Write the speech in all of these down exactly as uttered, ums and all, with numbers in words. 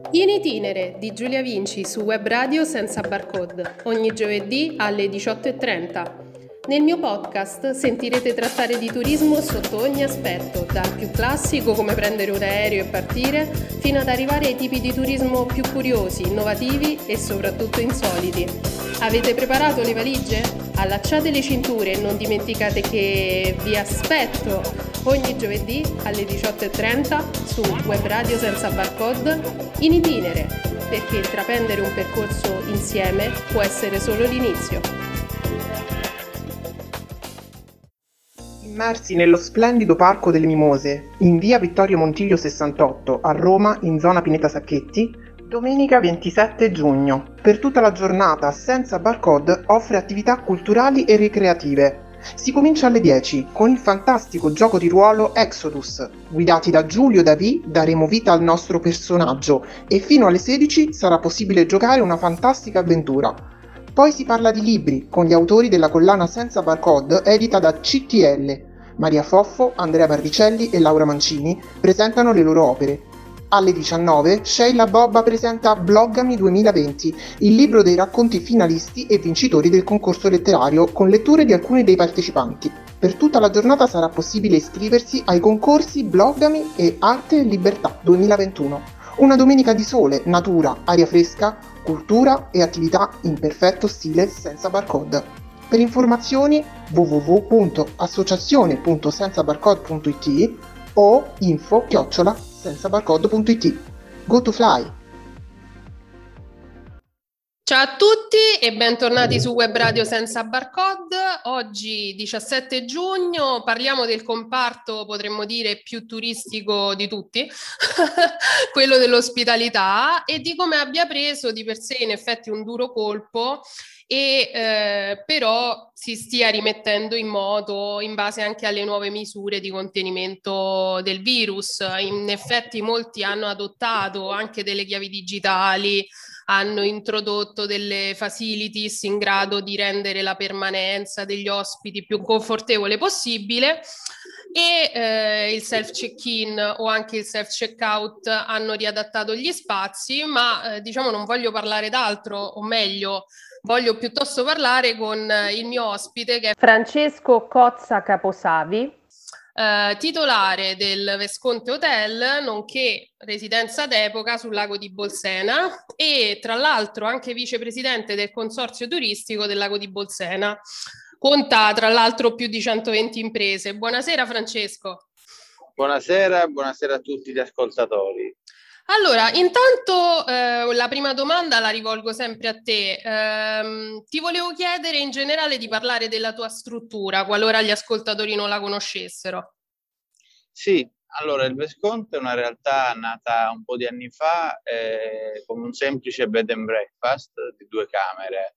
In itinere di Giulia Vinci su Web Radio senza barcode, ogni giovedì alle diciotto e trenta. Nel mio podcast sentirete trattare di turismo sotto ogni aspetto, dal più classico come prendere un aereo e partire, fino ad arrivare ai tipi di turismo più curiosi, innovativi e soprattutto insoliti. Avete preparato le valigie? Allacciate le cinture e non dimenticate che vi aspetto ogni giovedì alle diciotto e trenta su Web Radio senza barcode in itinere, perché intraprendere un percorso insieme può essere solo l'inizio. Immersi nello splendido Parco delle Mimose, in via Vittorio Montiglio sessantotto, a Roma, in zona Pineta Sacchetti, domenica ventisette giugno. Per tutta la giornata Senza Barcode offre attività culturali e ricreative. Si comincia alle dieci con il fantastico gioco di ruolo Exodus. Guidati da Giulio Davì daremo vita al nostro personaggio e fino alle sedici sarà possibile giocare una fantastica avventura. Poi si parla di libri con gli autori della collana Senza Barcode edita da C T L. Maria Foffo, Andrea Barricelli e Laura Mancini presentano le loro opere. Alle diciannove Sheila Bobba presenta Bloggami duemilaventi, il libro dei racconti finalisti e vincitori del concorso letterario con letture di alcuni dei partecipanti. Per tutta la giornata sarà possibile iscriversi ai concorsi Bloggami e Arte e Libertà duemilaventuno. Una domenica di sole, natura, aria fresca, cultura e attività in perfetto stile senza barcode. Per informazioni w w w punto associazione punto senza barcode punto i t o info chiocciola senza barcode punto i t. Go to fly! Ciao a tutti e bentornati su Web Radio senza barcode. Oggi diciassette giugno parliamo del comparto, potremmo dire, più turistico di tutti, quello dell'ospitalità, e di come abbia preso di per sé in effetti un duro colpo e eh, però si stia rimettendo in moto in base anche alle nuove misure di contenimento del virus. In effetti molti hanno adottato anche delle chiavi digitali, hanno introdotto delle facilities in grado di rendere la permanenza degli ospiti più confortevole possibile e eh, il self check-in o anche il self check-out hanno riadattato gli spazi, ma eh, diciamo non voglio parlare d'altro, o meglio voglio piuttosto parlare con il mio ospite che è Francesco Cozza Caposavi, eh, titolare del Vesconte Hotel, nonché residenza d'epoca sul lago di Bolsena e tra l'altro anche vicepresidente del consorzio turistico del lago di Bolsena. Conta tra l'altro più di centoventi imprese. Buonasera Francesco. Buonasera, buonasera a tutti gli ascoltatori. Allora, intanto eh, la prima domanda la rivolgo sempre a te. Ehm, ti volevo chiedere in generale di parlare della tua struttura, qualora gli ascoltatori non la conoscessero. Sì, allora il Vesconte è una realtà nata un po' di anni fa eh, come un semplice bed and breakfast di due camere.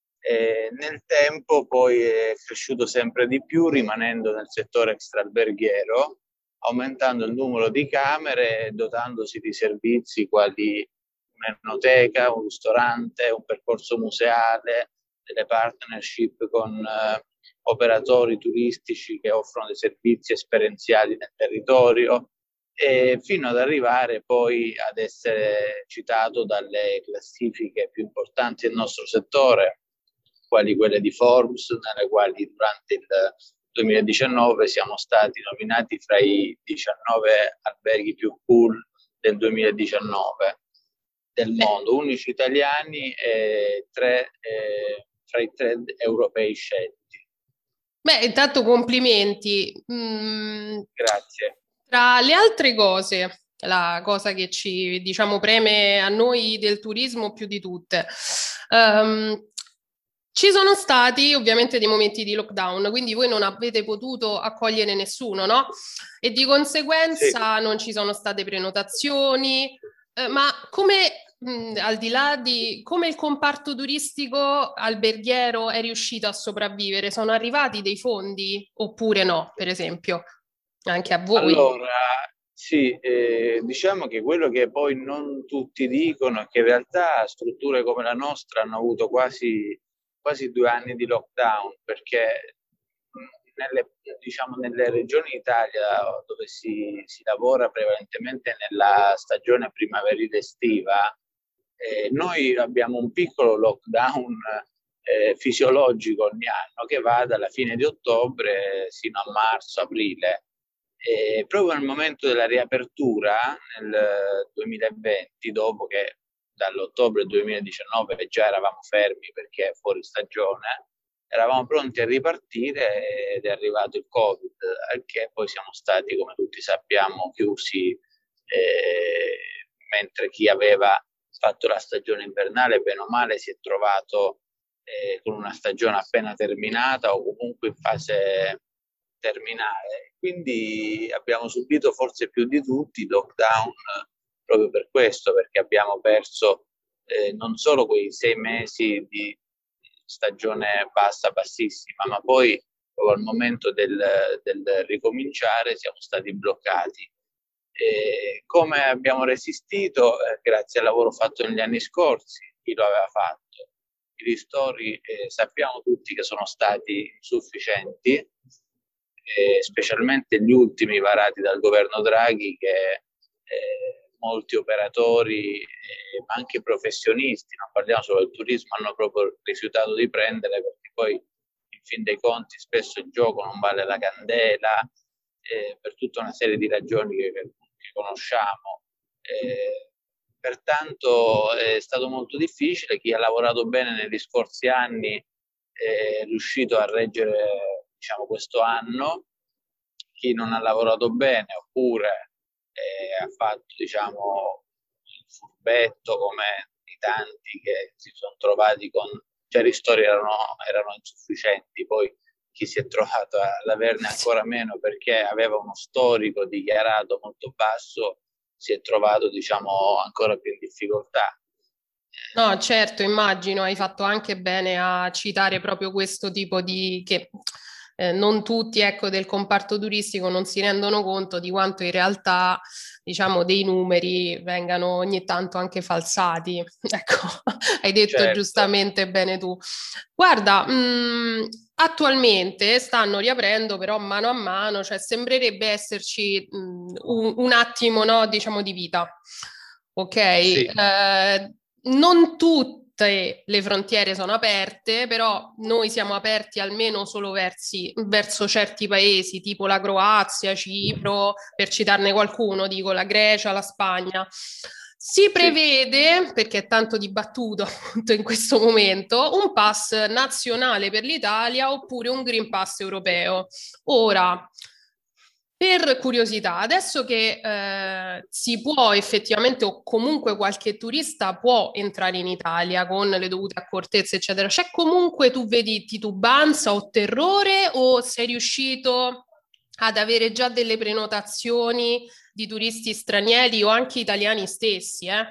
E nel tempo poi è cresciuto sempre di più, rimanendo nel settore extraalberghiero, aumentando il numero di camere e dotandosi di servizi quali un'enoteca, un ristorante, un percorso museale, delle partnership con eh, operatori turistici che offrono dei servizi esperienziali nel territorio, e fino ad arrivare poi ad essere citato dalle classifiche più importanti del nostro settore, quali quelle di Forbes, nelle quali durante il duemiladiciannove siamo stati nominati fra i diciannove alberghi più cool del duemiladiciannove del mondo, unici italiani e tre, eh, fra i tre europei scelti. Beh, intanto complimenti. Mm, Grazie. Tra le altre cose, la cosa che ci, diciamo, preme a noi del turismo più di tutte, um, ci sono stati ovviamente dei momenti di lockdown, quindi voi non avete potuto accogliere nessuno, no? E di conseguenza sì, non ci sono state prenotazioni, eh, ma come, mh, al di là di come il comparto turistico alberghiero è riuscito a sopravvivere? Sono arrivati dei fondi oppure no, per esempio? Anche a voi? Allora, sì, eh, diciamo che quello che poi non tutti dicono è che in realtà strutture come la nostra hanno avuto quasi, quasi due anni di lockdown, perché nelle, diciamo, nelle regioni d'Italia dove si, si lavora prevalentemente nella stagione primaverile estiva, eh, noi abbiamo un piccolo lockdown eh, fisiologico ogni anno che va dalla fine di ottobre sino a marzo, aprile. E proprio nel momento della riapertura nel duemilaventi, dopo che dall'ottobre duemiladiciannove già eravamo fermi perché fuori stagione, eravamo pronti a ripartire ed è arrivato il Covid, al che poi siamo stati, come tutti sappiamo, chiusi, eh, mentre chi aveva fatto la stagione invernale, bene o male, si è trovato eh, con una stagione appena terminata o comunque in fase terminale. Quindi abbiamo subito forse più di tutti il lockdown proprio per questo, perché abbiamo perso eh, non solo quei sei mesi di stagione bassa, bassissima, ma poi proprio al momento del, del ricominciare siamo stati bloccati. E come abbiamo resistito? Eh, grazie al lavoro fatto negli anni scorsi, chi lo aveva fatto. I ristori eh, sappiamo tutti che sono stati insufficienti, eh, specialmente gli ultimi varati dal governo Draghi, che eh, molti operatori, eh, ma anche professionisti, non parliamo solo del turismo, hanno proprio rifiutato di prendere, perché poi in fin dei conti spesso il gioco non vale la candela, eh, per tutta una serie di ragioni che, che conosciamo. Eh, pertanto è stato molto difficile. Chi ha lavorato bene negli scorsi anni è riuscito a reggere, diciamo, questo anno. Chi non ha lavorato bene oppure eh, ha fatto, diciamo, il furbetto, come i tanti che si sono trovati con, cioè i ristori erano, erano insufficienti, poi chi si è trovato ad averne ancora meno perché aveva uno storico dichiarato molto basso si è trovato, diciamo, ancora più in difficoltà. No, certo, immagino, hai fatto anche bene a citare proprio questo tipo di che eh, non tutti, ecco, del comparto turistico non si rendono conto di quanto in realtà, diciamo, dei numeri vengano ogni tanto anche falsati. Ecco, hai detto Certo. giustamente bene tu. Guarda, mh, attualmente stanno riaprendo però mano a mano, cioè sembrerebbe esserci mh, un, un attimo, no, diciamo, di vita. Ok? Sì. Eh, non tutte le frontiere sono aperte, però noi siamo aperti almeno solo versi, verso certi paesi, tipo la Croazia, Cipro, per citarne qualcuno, dico la Grecia, la Spagna. Si prevede, sì, perché è tanto dibattuto appunto in questo momento, un pass nazionale per l'Italia oppure un Green Pass europeo. Ora, per curiosità, adesso che eh, si può effettivamente, o comunque qualche turista può entrare in Italia con le dovute accortezze, eccetera, c'è comunque, tu vedi, titubanza o terrore, o sei riuscito ad avere già delle prenotazioni di turisti stranieri o anche italiani stessi, eh?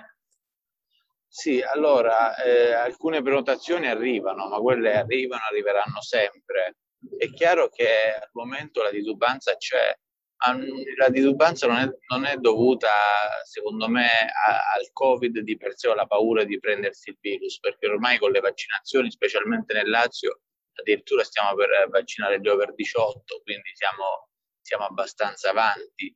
Sì, allora, eh, alcune prenotazioni arrivano, ma quelle arrivano, arriveranno sempre. È chiaro che al momento la titubanza c'è. La titubanza non è, non è dovuta, secondo me, a, al Covid di per sé o alla paura di prendersi il virus, perché ormai con le vaccinazioni, specialmente nel Lazio, addirittura stiamo per vaccinare gli over diciotto, quindi siamo, siamo abbastanza avanti.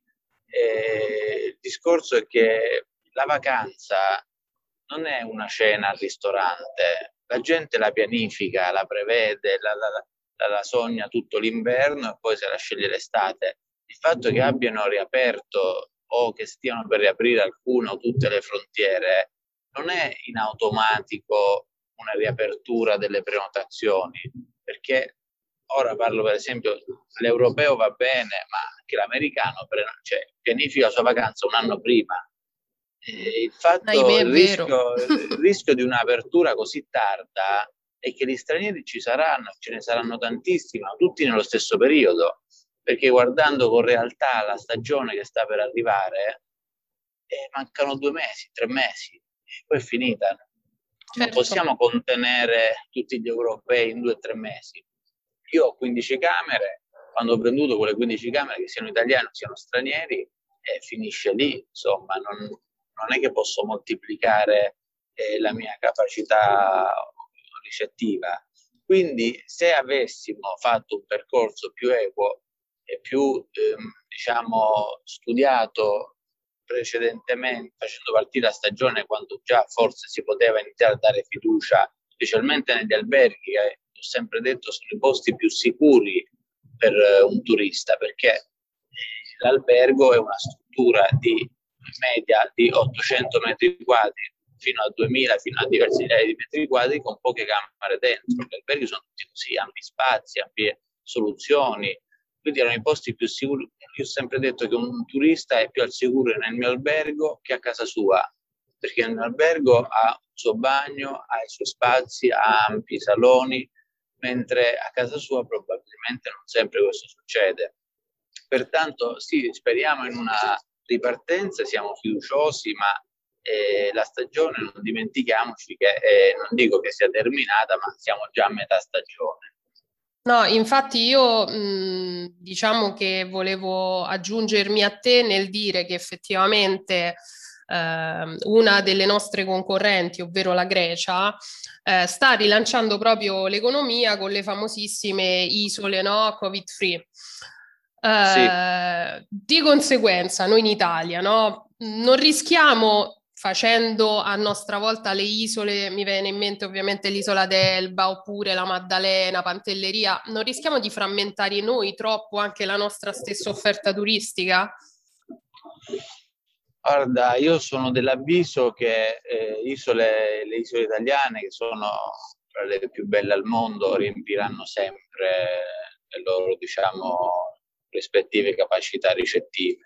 E il discorso è che la vacanza non è una cena al ristorante, la gente la pianifica, la prevede, la, la, la, la sogna tutto l'inverno e poi se la sceglie l'estate. Il fatto che abbiano riaperto o che stiano per riaprire alcune o tutte le frontiere non è in automatico una riapertura delle prenotazioni, perché ora parlo per esempio, l'europeo va bene, ma anche l'americano cioè, pianifica la sua vacanza un anno prima. Eh, il fatto, il rischio, il rischio di un'apertura così tarda è che gli stranieri ci saranno, ce ne saranno tantissimi, ma tutti nello stesso periodo, perché guardando con realtà la stagione che sta per arrivare, eh, mancano due mesi, tre mesi, e poi è finita. Certo. Non possiamo contenere tutti gli europei in due o tre mesi. Io ho quindici camere, quando ho venduto quelle quindici camere, che siano italiani o siano stranieri, eh, finisce lì, insomma, non, non è che posso moltiplicare eh, la mia capacità ricettiva. Quindi se avessimo fatto un percorso più equo e più ehm, diciamo studiato precedentemente, facendo partire la stagione quando già forse si poteva iniziare a dare fiducia, specialmente negli alberghi, che ho sempre detto sono i posti più sicuri per un turista, perché l'albergo è una struttura di media di ottocento metri quadri fino a duemila, fino a diversi migliaia di metri quadri, con poche camere dentro. Gli alberghi sono tutti così, ampi spazi, ampie soluzioni, quindi erano i posti più sicuri. Io ho sempre detto che un turista è più al sicuro nel mio albergo che a casa sua, perché nel mio albergo ha il suo bagno, ha i suoi spazi, ha ampi saloni, mentre a casa sua probabilmente non sempre questo succede. Pertanto sì, speriamo in una ripartenza, siamo fiduciosi, ma eh, la stagione non dimentichiamoci che eh, non dico che sia terminata, ma siamo già a metà stagione. No, infatti io mh, diciamo che volevo aggiungermi a te nel dire che effettivamente eh, una delle nostre concorrenti, ovvero la Grecia, eh, sta rilanciando proprio l'economia con le famosissime isole, no? Covid free. Sì. Eh, di conseguenza, noi in Italia, no? Non rischiamo facendo a nostra volta le isole, mi viene in mente ovviamente l'isola d'Elba oppure la Maddalena, Pantelleria, non rischiamo di frammentare noi troppo anche la nostra stessa offerta turistica? Guarda, io sono dell'avviso che eh, isole, le isole italiane, che sono tra le più belle al mondo, riempiranno sempre le loro, diciamo, rispettive capacità ricettive.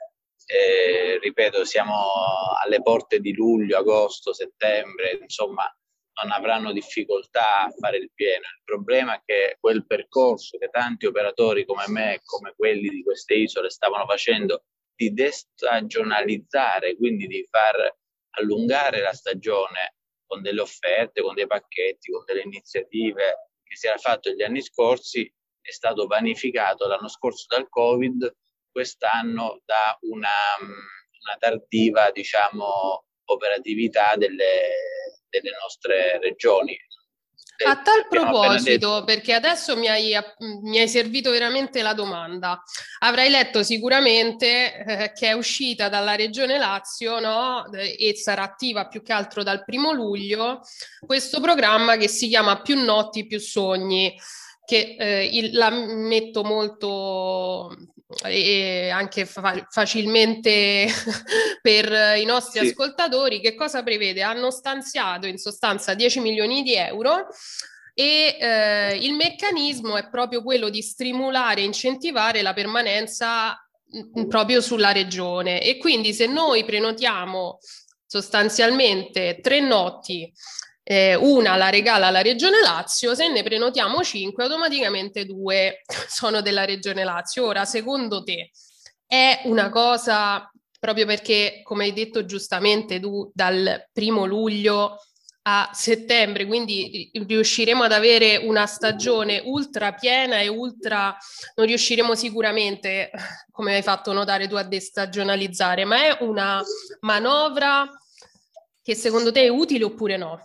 Eh, ripeto, siamo alle porte di luglio, agosto, settembre, insomma, non avranno difficoltà a fare il pieno. Il problema è che quel percorso che tanti operatori come me e come quelli di queste isole stavano facendo, di destagionalizzare, quindi di far allungare la stagione con delle offerte, con dei pacchetti, con delle iniziative che si era fatto gli anni scorsi, è stato vanificato l'anno scorso dal Covid, quest'anno da una, una tardiva, diciamo, operatività delle, delle nostre regioni. A tal detto... proposito, perché adesso mi hai, mi hai servito veramente la domanda, avrai letto sicuramente eh, che è uscita dalla Regione Lazio, no? E sarà attiva più che altro dal primo luglio, questo programma che si chiama Più notti, più sogni, che eh, il, la metto molto e anche fa- facilmente per i nostri Sì. ascoltatori. Che cosa prevede? Hanno stanziato in sostanza dieci milioni di euro e eh, il meccanismo è proprio quello di stimolare e incentivare la permanenza mh, proprio sulla regione, e quindi se noi prenotiamo sostanzialmente tre notti, eh, una la regala la Regione Lazio, se ne prenotiamo cinque, automaticamente due sono della Regione Lazio. Ora, secondo te è una cosa, proprio perché, come hai detto giustamente tu, dal primo luglio a settembre, quindi riusciremo ad avere una stagione ultra piena e ultra, non riusciremo sicuramente, come hai fatto notare tu, a destagionalizzare, ma è una manovra che secondo te è utile oppure no?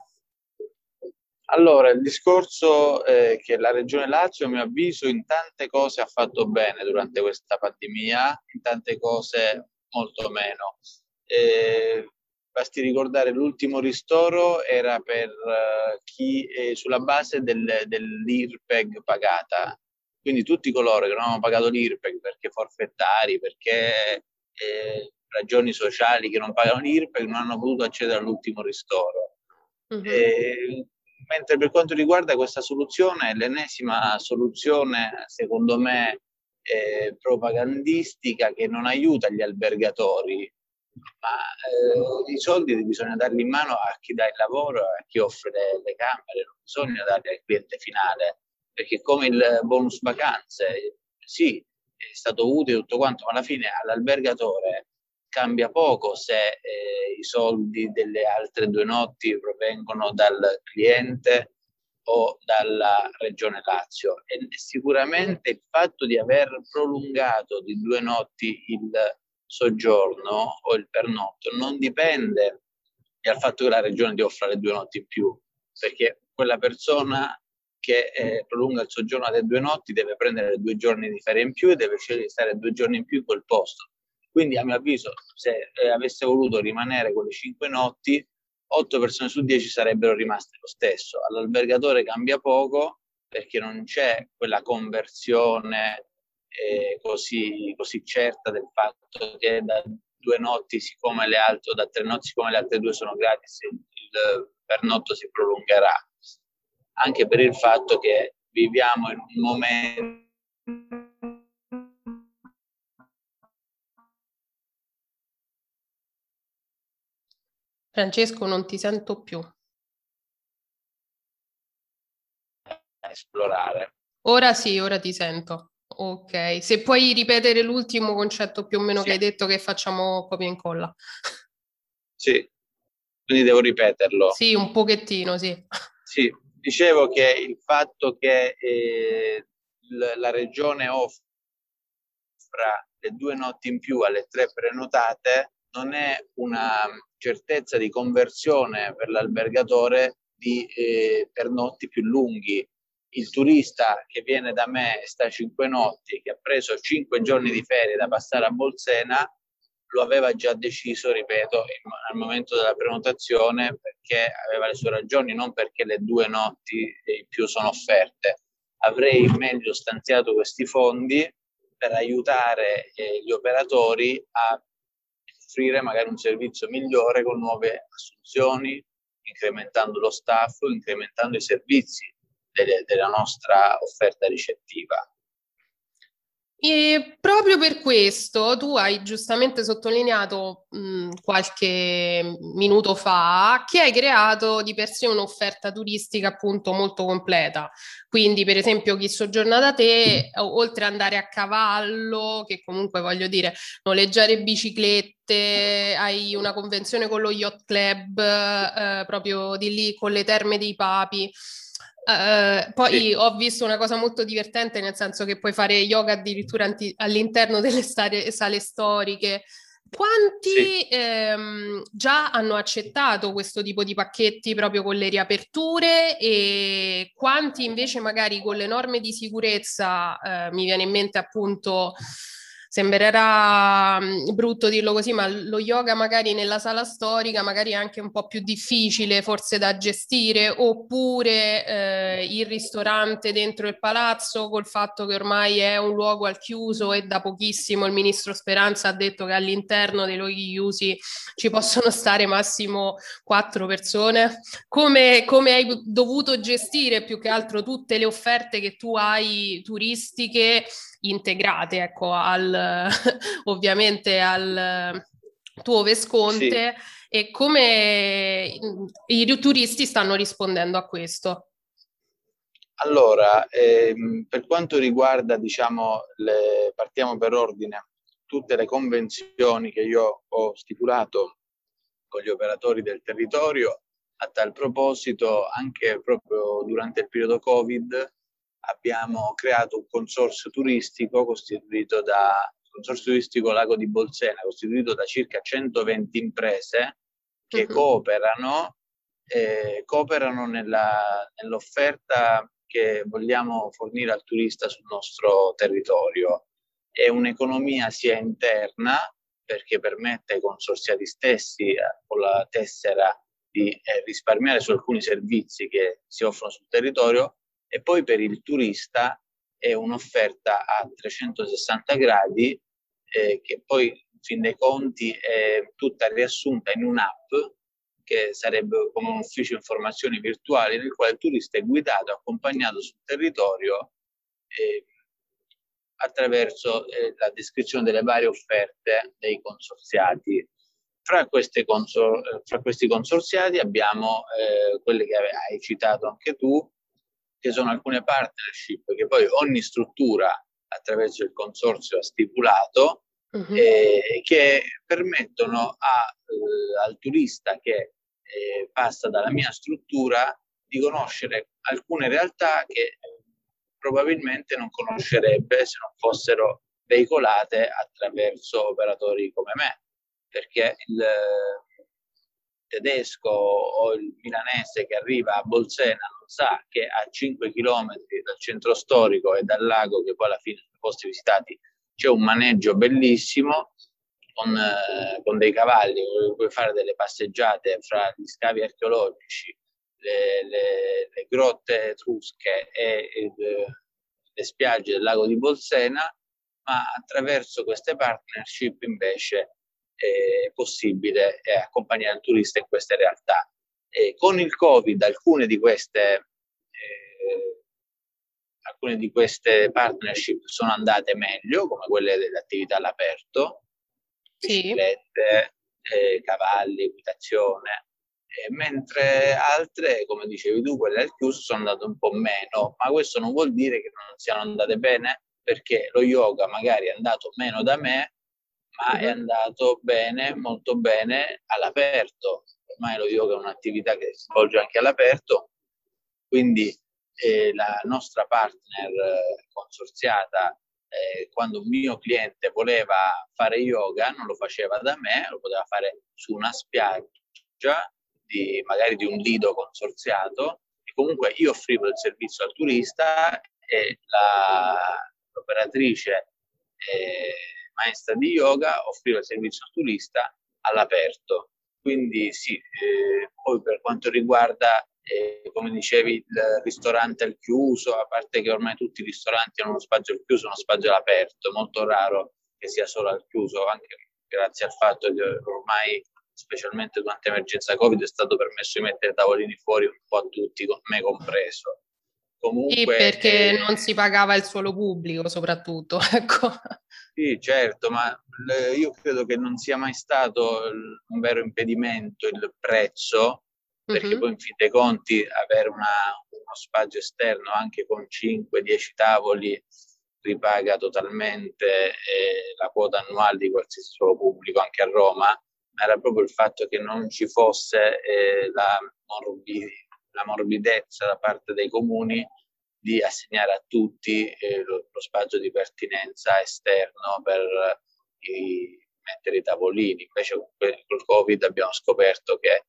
Allora, il discorso è che la Regione Lazio, a mio avviso, in tante cose ha fatto bene durante questa pandemia, in tante cose molto meno. Eh, basti ricordare l'ultimo ristoro era per uh, chi è sulla base del, dell'I R P E G pagata, quindi tutti coloro che non hanno pagato l'I R P E G perché forfettari, perché eh, ragioni sociali che non pagano l'I R P E G non hanno potuto accedere all'ultimo ristoro. Mm-hmm. Eh, mentre per quanto riguarda questa soluzione, è l'ennesima soluzione, secondo me, eh, propagandistica che non aiuta gli albergatori, ma eh, i soldi bisogna darli in mano a chi dà il lavoro, a chi offre le, le camere, non bisogna darli al cliente finale, perché come il bonus vacanze, sì, è stato utile tutto quanto, ma alla fine all'albergatore cambia poco se eh, i soldi delle altre due notti provengono dal cliente o dalla Regione Lazio. E sicuramente il fatto di aver prolungato di due notti il soggiorno o il pernotto non dipende dal fatto che la Regione ti offra le due notti in più, perché quella persona che eh, prolunga il soggiorno alle due notti deve prendere due giorni di ferie in più e deve scegliere di stare due giorni in più in quel posto. Quindi a mio avviso, se eh, avesse voluto rimanere con le cinque notti, otto persone su dieci sarebbero rimaste lo stesso. All'albergatore cambia poco perché non c'è quella conversione eh, così, così certa del fatto che da due notti, siccome le altre, o da tre notti, siccome le altre due sono gratis, il, il pernotto si prolungherà. Anche per il fatto che viviamo in un momento Francesco, non ti sento più. esplorare. Ora sì, ora ti sento. Ok, se puoi ripetere l'ultimo concetto più o meno Sì. che hai detto, che facciamo copia e incolla. Sì, quindi devo ripeterlo. Sì, un pochettino, sì. Sì, dicevo che il fatto che eh, la regione offra le due notti in più alle tre prenotate non è una certezza di conversione per l'albergatore di eh, pernotti più lunghi. Il turista che viene da me e sta cinque notti, che ha preso cinque giorni di ferie da passare a Bolsena, lo aveva già deciso, ripeto, in, al momento della prenotazione, perché aveva le sue ragioni, non perché le due notti in più sono offerte. Avrei meglio stanziato questi fondi per aiutare eh, gli operatori a offrire magari un servizio migliore con nuove assunzioni, incrementando lo staff, incrementando i servizi delle, della nostra offerta ricettiva. E proprio per questo tu hai giustamente sottolineato mh, qualche minuto fa che hai creato di per sé un'offerta turistica appunto molto completa. Quindi, per esempio, chi soggiorna da te, oltre ad andare a cavallo, che comunque voglio dire, noleggiare biciclette, hai una convenzione con lo Yacht Club, eh, proprio di lì con le Terme dei Papi. Uh, poi sì. Ho visto una cosa molto divertente, nel senso che puoi fare yoga addirittura anti- all'interno delle stare- sale storiche. Quanti sì. ehm, già hanno accettato questo tipo di pacchetti proprio con le riaperture e quanti invece magari con le norme di sicurezza, eh, mi viene in mente appunto, sembrerà brutto dirlo così, ma lo yoga magari nella sala storica magari è anche un po' più difficile forse da gestire, oppure eh, il ristorante dentro il palazzo col fatto che ormai è un luogo al chiuso e da pochissimo il ministro Speranza ha detto che all'interno dei luoghi chiusi ci possono stare massimo quattro persone. Come, come hai dovuto gestire più che altro tutte le offerte che tu hai turistiche integrate, ecco, al, ovviamente al tuo Vesconte, sì. E come i turisti stanno rispondendo a questo? Allora, ehm, per quanto riguarda, diciamo, le, partiamo per ordine, tutte le convenzioni che io ho stipulato con gli operatori del territorio, a tal proposito, anche proprio durante il periodo Covid, abbiamo creato un consorzio turistico costituito da consorzio turistico Lago di Bolsena, costituito da circa centoventi imprese che uh-huh. cooperano, eh, cooperano nella, nell'offerta che vogliamo fornire al turista sul nostro territorio. È un'economia sia interna, perché permette ai consorziati stessi eh, con la tessera di eh, risparmiare su alcuni servizi che si offrono sul territorio, e poi per il turista è un'offerta a trecentosessanta gradi eh, che poi in fin dei conti è tutta riassunta in un'app che sarebbe come un ufficio informazioni virtuali nel quale il turista è guidato, accompagnato sul territorio eh, attraverso eh, la descrizione delle varie offerte dei consorziati. Fra, queste consor- fra questi consorziati abbiamo eh, quelle che hai citato anche tu, che sono alcune partnership che poi ogni struttura attraverso il consorzio ha stipulato, uh-huh. eh, che permettono a, eh, al turista che eh, passa dalla mia struttura di conoscere alcune realtà che probabilmente non conoscerebbe se non fossero veicolate attraverso operatori come me, perché il tedesco o il milanese che arriva a Bolsena non sa che a cinque chilometri dal centro storico e dal lago, che poi alla fine nei posti visitati c'è un maneggio bellissimo con, eh, con dei cavalli, puoi fare delle passeggiate fra gli scavi archeologici, le, le, le grotte etrusche e, e le spiagge del lago di Bolsena, ma attraverso queste partnership invece è possibile eh, accompagnare il turista in queste realtà. E con il Covid alcune di queste eh, alcune di queste partnership sono andate meglio, come quelle delle attività all'aperto, biciclette, sì. eh, cavalli, equitazione, eh, mentre altre, come dicevi tu, quelle al chiuso sono andate un po' meno, ma questo non vuol dire che non siano andate bene, perché lo yoga magari è andato meno da me, ma è andato bene, molto bene all'aperto. Ormai lo yoga è un'attività che si svolge anche all'aperto, quindi eh, la nostra partner eh, consorziata, eh, quando un mio cliente voleva fare yoga, non lo faceva da me, lo poteva fare su una spiaggia, di, magari di un lido consorziato, e comunque io offrivo il servizio al turista e la, l'operatrice eh, maestra di yoga offriva il servizio al turista all'aperto. Quindi sì, eh, poi per quanto riguarda, eh, come dicevi, il ristorante al chiuso, a parte che ormai tutti i ristoranti hanno uno spazio al chiuso, uno spazio all'aperto, è molto raro che sia solo al chiuso, anche grazie al fatto che ormai, specialmente durante l'emergenza Covid, è stato permesso di mettere tavolini fuori un po' a tutti, me compreso. Comunque, sì, perché eh, non si pagava il suolo pubblico soprattutto, ecco. Sì, certo, ma le, io credo che non sia mai stato il, un vero impedimento il prezzo, perché uh-huh. poi in fin dei conti avere una, uno spazio esterno anche con cinque dieci tavoli ripaga totalmente eh, la quota annuale di qualsiasi suolo pubblico anche a Roma, ma era proprio il fatto che non ci fosse eh, la, morbi, la morbidezza da parte dei comuni di assegnare a tutti eh, lo, lo spazio di pertinenza esterno per i, mettere i tavolini. Invece col Covid abbiamo scoperto che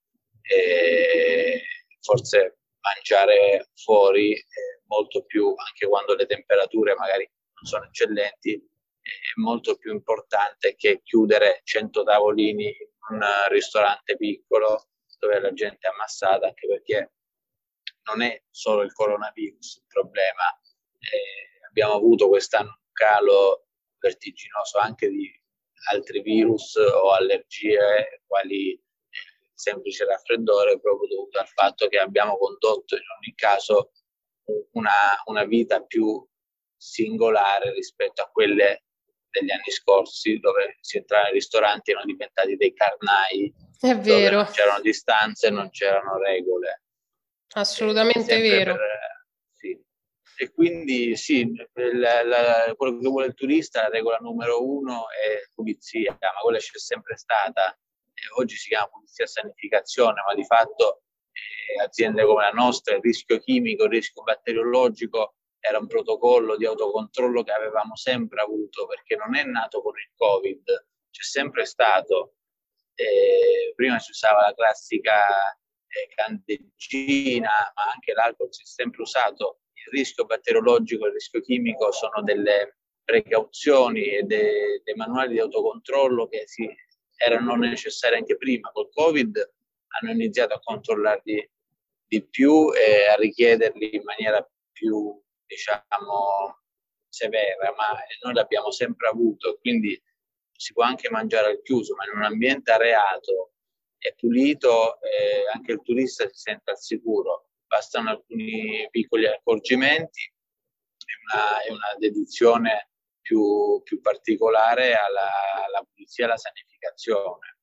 eh, forse mangiare fuori è molto più, anche quando le temperature magari non sono eccellenti, è molto più importante che chiudere cento tavolini in un ristorante piccolo dove la gente è ammassata, anche perché non è solo il coronavirus il problema, eh, abbiamo avuto quest'anno un calo vertiginoso anche di altri virus o allergie, quali eh, il semplice raffreddore, proprio dovuto al fatto che abbiamo condotto in ogni caso una, una vita più singolare rispetto a quelle degli anni scorsi, dove si entrava nei ristoranti e erano diventati dei carnai, è vero, non c'erano distanze, non c'erano regole. Assolutamente eh, vero. Per, sì. E quindi sì, la, la, quello che vuole il turista, la regola numero uno è pulizia, ma quella c'è sempre stata. E oggi si chiama pulizia sanificazione, ma di fatto eh, aziende come la nostra, il rischio chimico, il rischio batteriologico era un protocollo di autocontrollo che avevamo sempre avuto, perché non è nato con il Covid, c'è sempre stato. Eh, prima si usava la classica candeggina, ma anche l'alcol si è sempre usato. Il rischio batteriologico e il rischio chimico sono delle precauzioni e dei, dei manuali di autocontrollo che si, erano necessari anche prima. Col Covid hanno iniziato a controllarli di più e a richiederli in maniera più, diciamo, severa, ma noi l'abbiamo sempre avuto, quindi si può anche mangiare al chiuso, ma in un ambiente areato è pulito, eh, anche il turista si sente al sicuro. Bastano alcuni piccoli accorgimenti e una, e una dedizione più, più particolare alla, alla pulizia e alla sanificazione.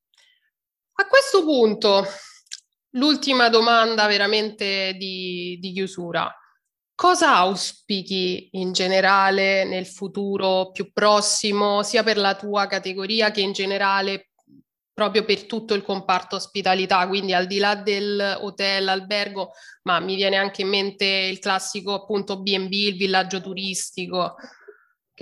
A questo punto, l'ultima domanda veramente di, di chiusura. Cosa auspichi in generale nel futuro più prossimo, sia per la tua categoria che in generale proprio per tutto il comparto ospitalità, quindi al di là del hotel, albergo, ma mi viene anche in mente il classico appunto B and B, il villaggio turistico. Che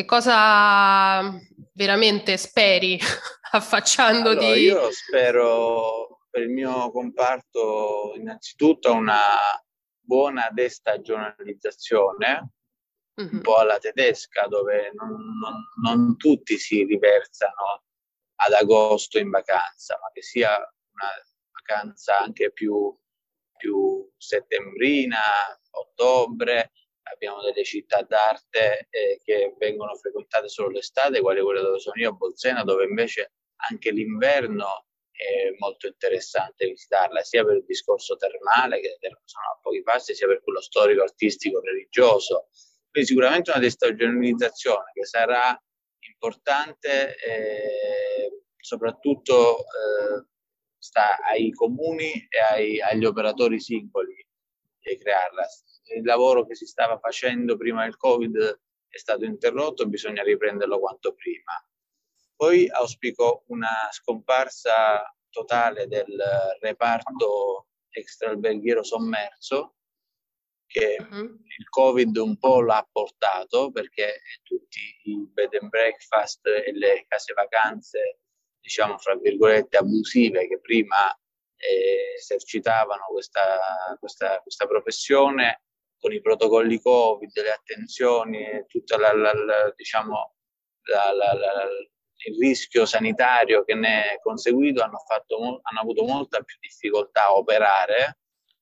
cosa veramente speri affacciandoti? Allora, io spero per il mio comparto innanzitutto una buona destagionalizzazione, mm-hmm. un po' alla tedesca, dove non, non, non tutti si riversano ad agosto in vacanza, ma che sia una vacanza anche più, più settembrina, ottobre. Abbiamo delle città d'arte eh, che vengono frequentate solo l'estate, quale quella dove sono io a Bolsena, dove invece anche l'inverno è molto interessante visitarla, sia per il discorso termale, che sono a pochi passi, sia per quello storico, artistico, religioso. Quindi sicuramente una destagionalizzazione che sarà importante, eh, soprattutto eh, sta ai comuni e ai, agli operatori singoli di crearla. Il lavoro che si stava facendo prima del Covid è stato interrotto, bisogna riprenderlo quanto prima. Poi auspico una scomparsa totale del reparto extraalberghiero sommerso, che uh-huh. il Covid un po' l'ha portato, perché tutti i bed and breakfast e le case vacanze, diciamo fra virgolette abusive, che prima eh, esercitavano questa, questa, questa professione, con i protocolli Covid, le attenzioni, tutta la, la, la diciamo la, la, la, il rischio sanitario che ne è conseguito, hanno, fatto, hanno avuto molta più difficoltà a operare,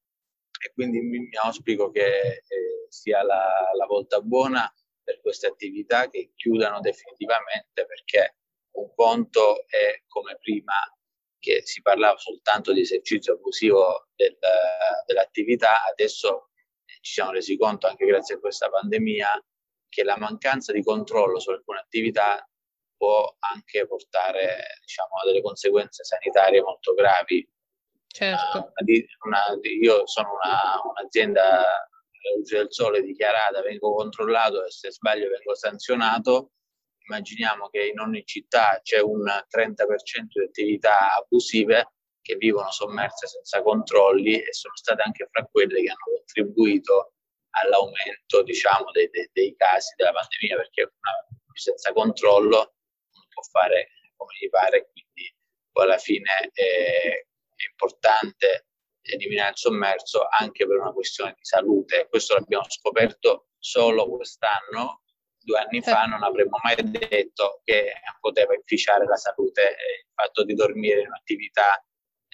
e quindi mi auspico che eh, sia la, la volta buona per queste attività, che chiudano definitivamente, perché un conto è come prima, che si parlava soltanto di esercizio abusivo del, dell'attività. Adesso ci siamo resi conto, anche grazie a questa pandemia, che la mancanza di controllo su alcune attività può anche portare, diciamo, a delle conseguenze sanitarie molto gravi. Certo. Una, una, io sono una, un'azienda Luce del Sole dichiarata, vengo controllato e se sbaglio vengo sanzionato. Immaginiamo che in ogni città c'è un trenta per cento di attività abusive che vivono sommerse senza controlli, e sono state anche fra quelle che hanno contribuito all'aumento, diciamo, dei, dei, dei casi della pandemia, perché una, senza controllo non può fare come gli pare, quindi poi alla fine è, è importante eliminare il sommerso anche per una questione di salute. Questo l'abbiamo scoperto solo quest'anno. Due anni fa non avremmo mai detto che poteva inficiare la salute il fatto di dormire in un'attività,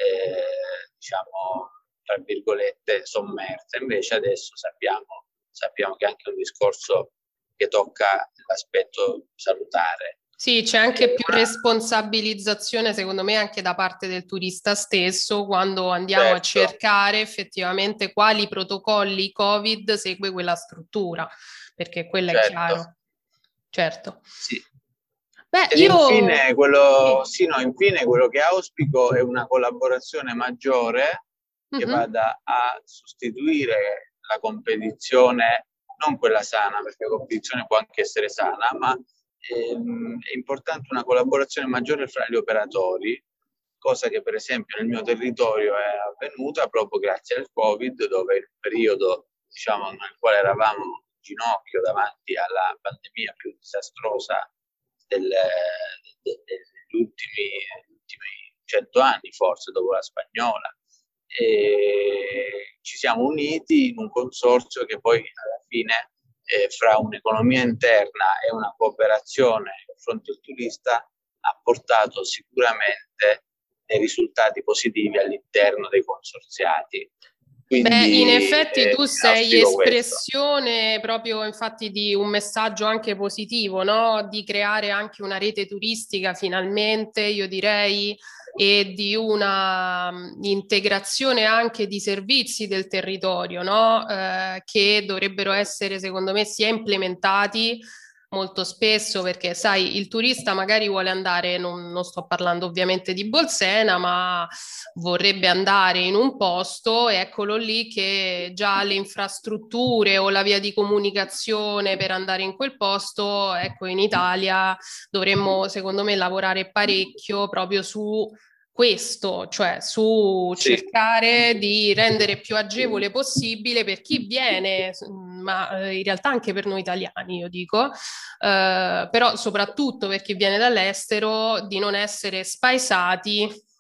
eh, diciamo, tra virgolette, sommersa. Invece adesso sappiamo, sappiamo che è anche un discorso che tocca l'aspetto salutare. Sì, c'è anche più responsabilizzazione, secondo me, anche da parte del turista stesso, quando andiamo certo. a cercare effettivamente quali protocolli Covid segue quella struttura, perché quello certo. è chiaro. Certo. Sì. Beh, Ed io... infine quello, sì, no, infine quello che auspico è una collaborazione maggiore che mm-hmm. vada a sostituire la competizione, non quella sana, perché la competizione può anche essere sana, ma ehm, è importante una collaborazione maggiore fra gli operatori, cosa che per esempio nel mio territorio è avvenuta proprio grazie al Covid, dove il periodo, diciamo, nel quale eravamo in ginocchio davanti alla pandemia più disastrosa del, de, de, degli ultimi, ultimi cento anni, forse dopo la spagnola, e ci siamo uniti in un consorzio che poi alla fine eh, fra un'economia interna e una cooperazione nei confronti del turista ha portato sicuramente dei risultati positivi all'interno dei consorziati. Quindi, Beh, in effetti tu eh, sei espressione questo. proprio infatti di un messaggio anche positivo, no? Di creare anche una rete turistica finalmente, io direi, e di una um, integrazione anche di servizi del territorio, no? Eh, che dovrebbero essere, secondo me, sia implementati molto spesso, perché sai, il turista magari vuole andare, non, non sto parlando ovviamente di Bolsena, ma vorrebbe andare in un posto, e eccolo lì che già le infrastrutture o la via di comunicazione per andare in quel posto, ecco, in Italia dovremmo, secondo me, lavorare parecchio proprio su questo, cioè su sì. cercare di rendere più agevole possibile per chi viene, ma in realtà anche per noi italiani, io dico, eh, però soprattutto per chi viene dall'estero, di non essere spaesati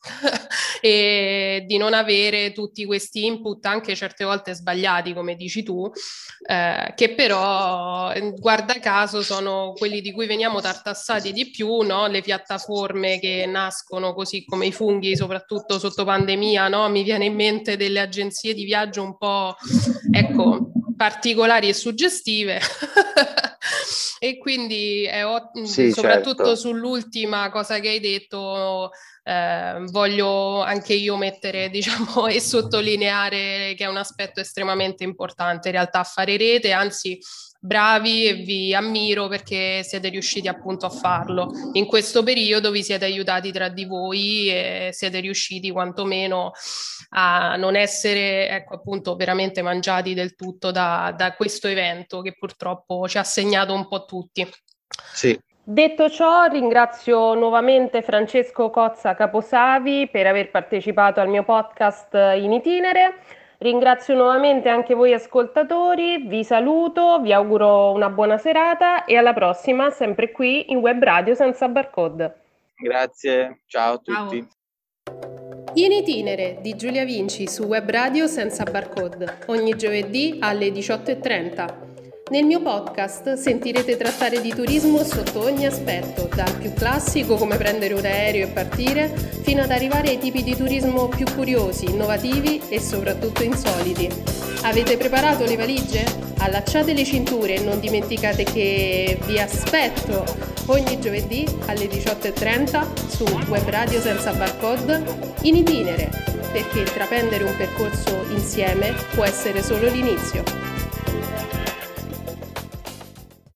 e di non avere tutti questi input anche certe volte sbagliati, come dici tu, eh, che però guarda caso sono quelli di cui veniamo tartassati di più, no? Le piattaforme che nascono così come i funghi, soprattutto sotto pandemia, no? Mi viene in mente delle agenzie di viaggio un po', ecco, particolari e suggestive. E quindi è ot- Sì, soprattutto certo. sull'ultima cosa che hai detto, eh, voglio anche io mettere, diciamo, e sottolineare che è un aspetto estremamente importante in realtà fare rete, anzi bravi, e vi ammiro perché siete riusciti appunto a farlo. In questo periodo vi siete aiutati tra di voi e siete riusciti quantomeno a non essere, ecco, appunto veramente mangiati del tutto da, da questo evento che purtroppo ci ha segnato un po' tutti. Sì. Detto ciò, ringrazio nuovamente Francesco Cozza Caposavi per aver partecipato al mio podcast In Itinere. Ringrazio nuovamente anche voi ascoltatori, vi saluto, vi auguro una buona serata e alla prossima, sempre qui in Web Radio Senza Barcode. Grazie, ciao a tutti. Ciao. In Itinere di Giulia Vinci su Web Radio Senza Barcode, ogni giovedì alle diciotto e trenta. Nel mio podcast sentirete trattare di turismo sotto ogni aspetto, dal più classico come prendere un aereo e partire, fino ad arrivare ai tipi di turismo più curiosi, innovativi e soprattutto insoliti. Avete preparato le valigie? Allacciate le cinture e non dimenticate che vi aspetto ogni giovedì alle diciotto e trenta su Web Radio Senza Barcode in Itinere, perché intraprendere un percorso insieme può essere solo l'inizio.